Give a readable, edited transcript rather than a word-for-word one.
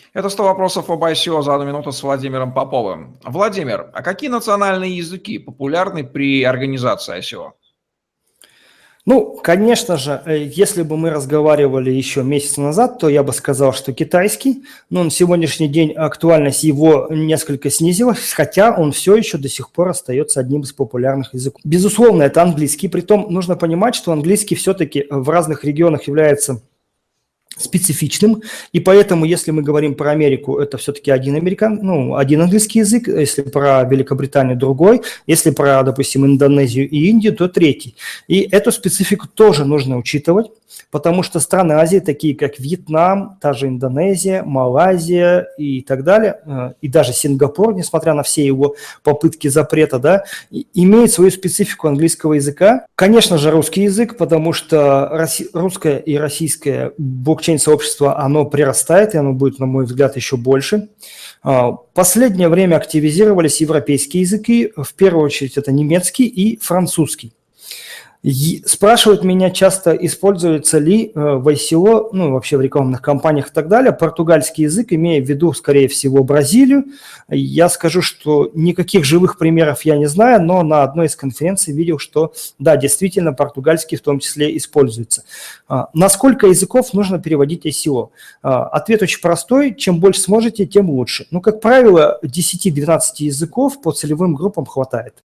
Это 100 вопросов об ICO за 1 минуту с Владимиром Поповым. Владимир, а какие национальные языки популярны при организации ICO? Ну, конечно же, если бы мы разговаривали еще месяц назад, то я бы сказал, что китайский, но на сегодняшний день актуальность его несколько снизилась, хотя он все еще до сих пор остается одним из популярных языков. Безусловно, это английский, притом нужно понимать, что английский все-таки в разных регионах является специфичным, и поэтому, если мы говорим про Америку, это все-таки один английский язык, если про Великобританию другой, если про, допустим, Индонезию и Индию, то третий. И эту специфику тоже нужно учитывать, потому что страны Азии, такие как Вьетнам, та же Индонезия, Малайзия и так далее, и даже Сингапур, несмотря на все его попытки запрета, да, имеют свою специфику английского языка. Конечно же, русский язык, потому что русское и российское блокчейн-сообщество, оно прирастает, и оно будет, на мой взгляд, еще больше. В последнее время активизировались европейские языки, в первую очередь это немецкий и французский. Спрашивают меня часто, используется ли в ICO, вообще в рекламных кампаниях и так далее, португальский язык, имея в виду, скорее всего, Бразилию. Я скажу, что никаких живых примеров я не знаю, но на одной из конференций видел, что да, действительно, португальский в том числе используется. На сколько языков нужно переводить ICO? Ответ очень простой, чем больше сможете, тем лучше. Как правило, 10-12 языков по целевым группам хватает.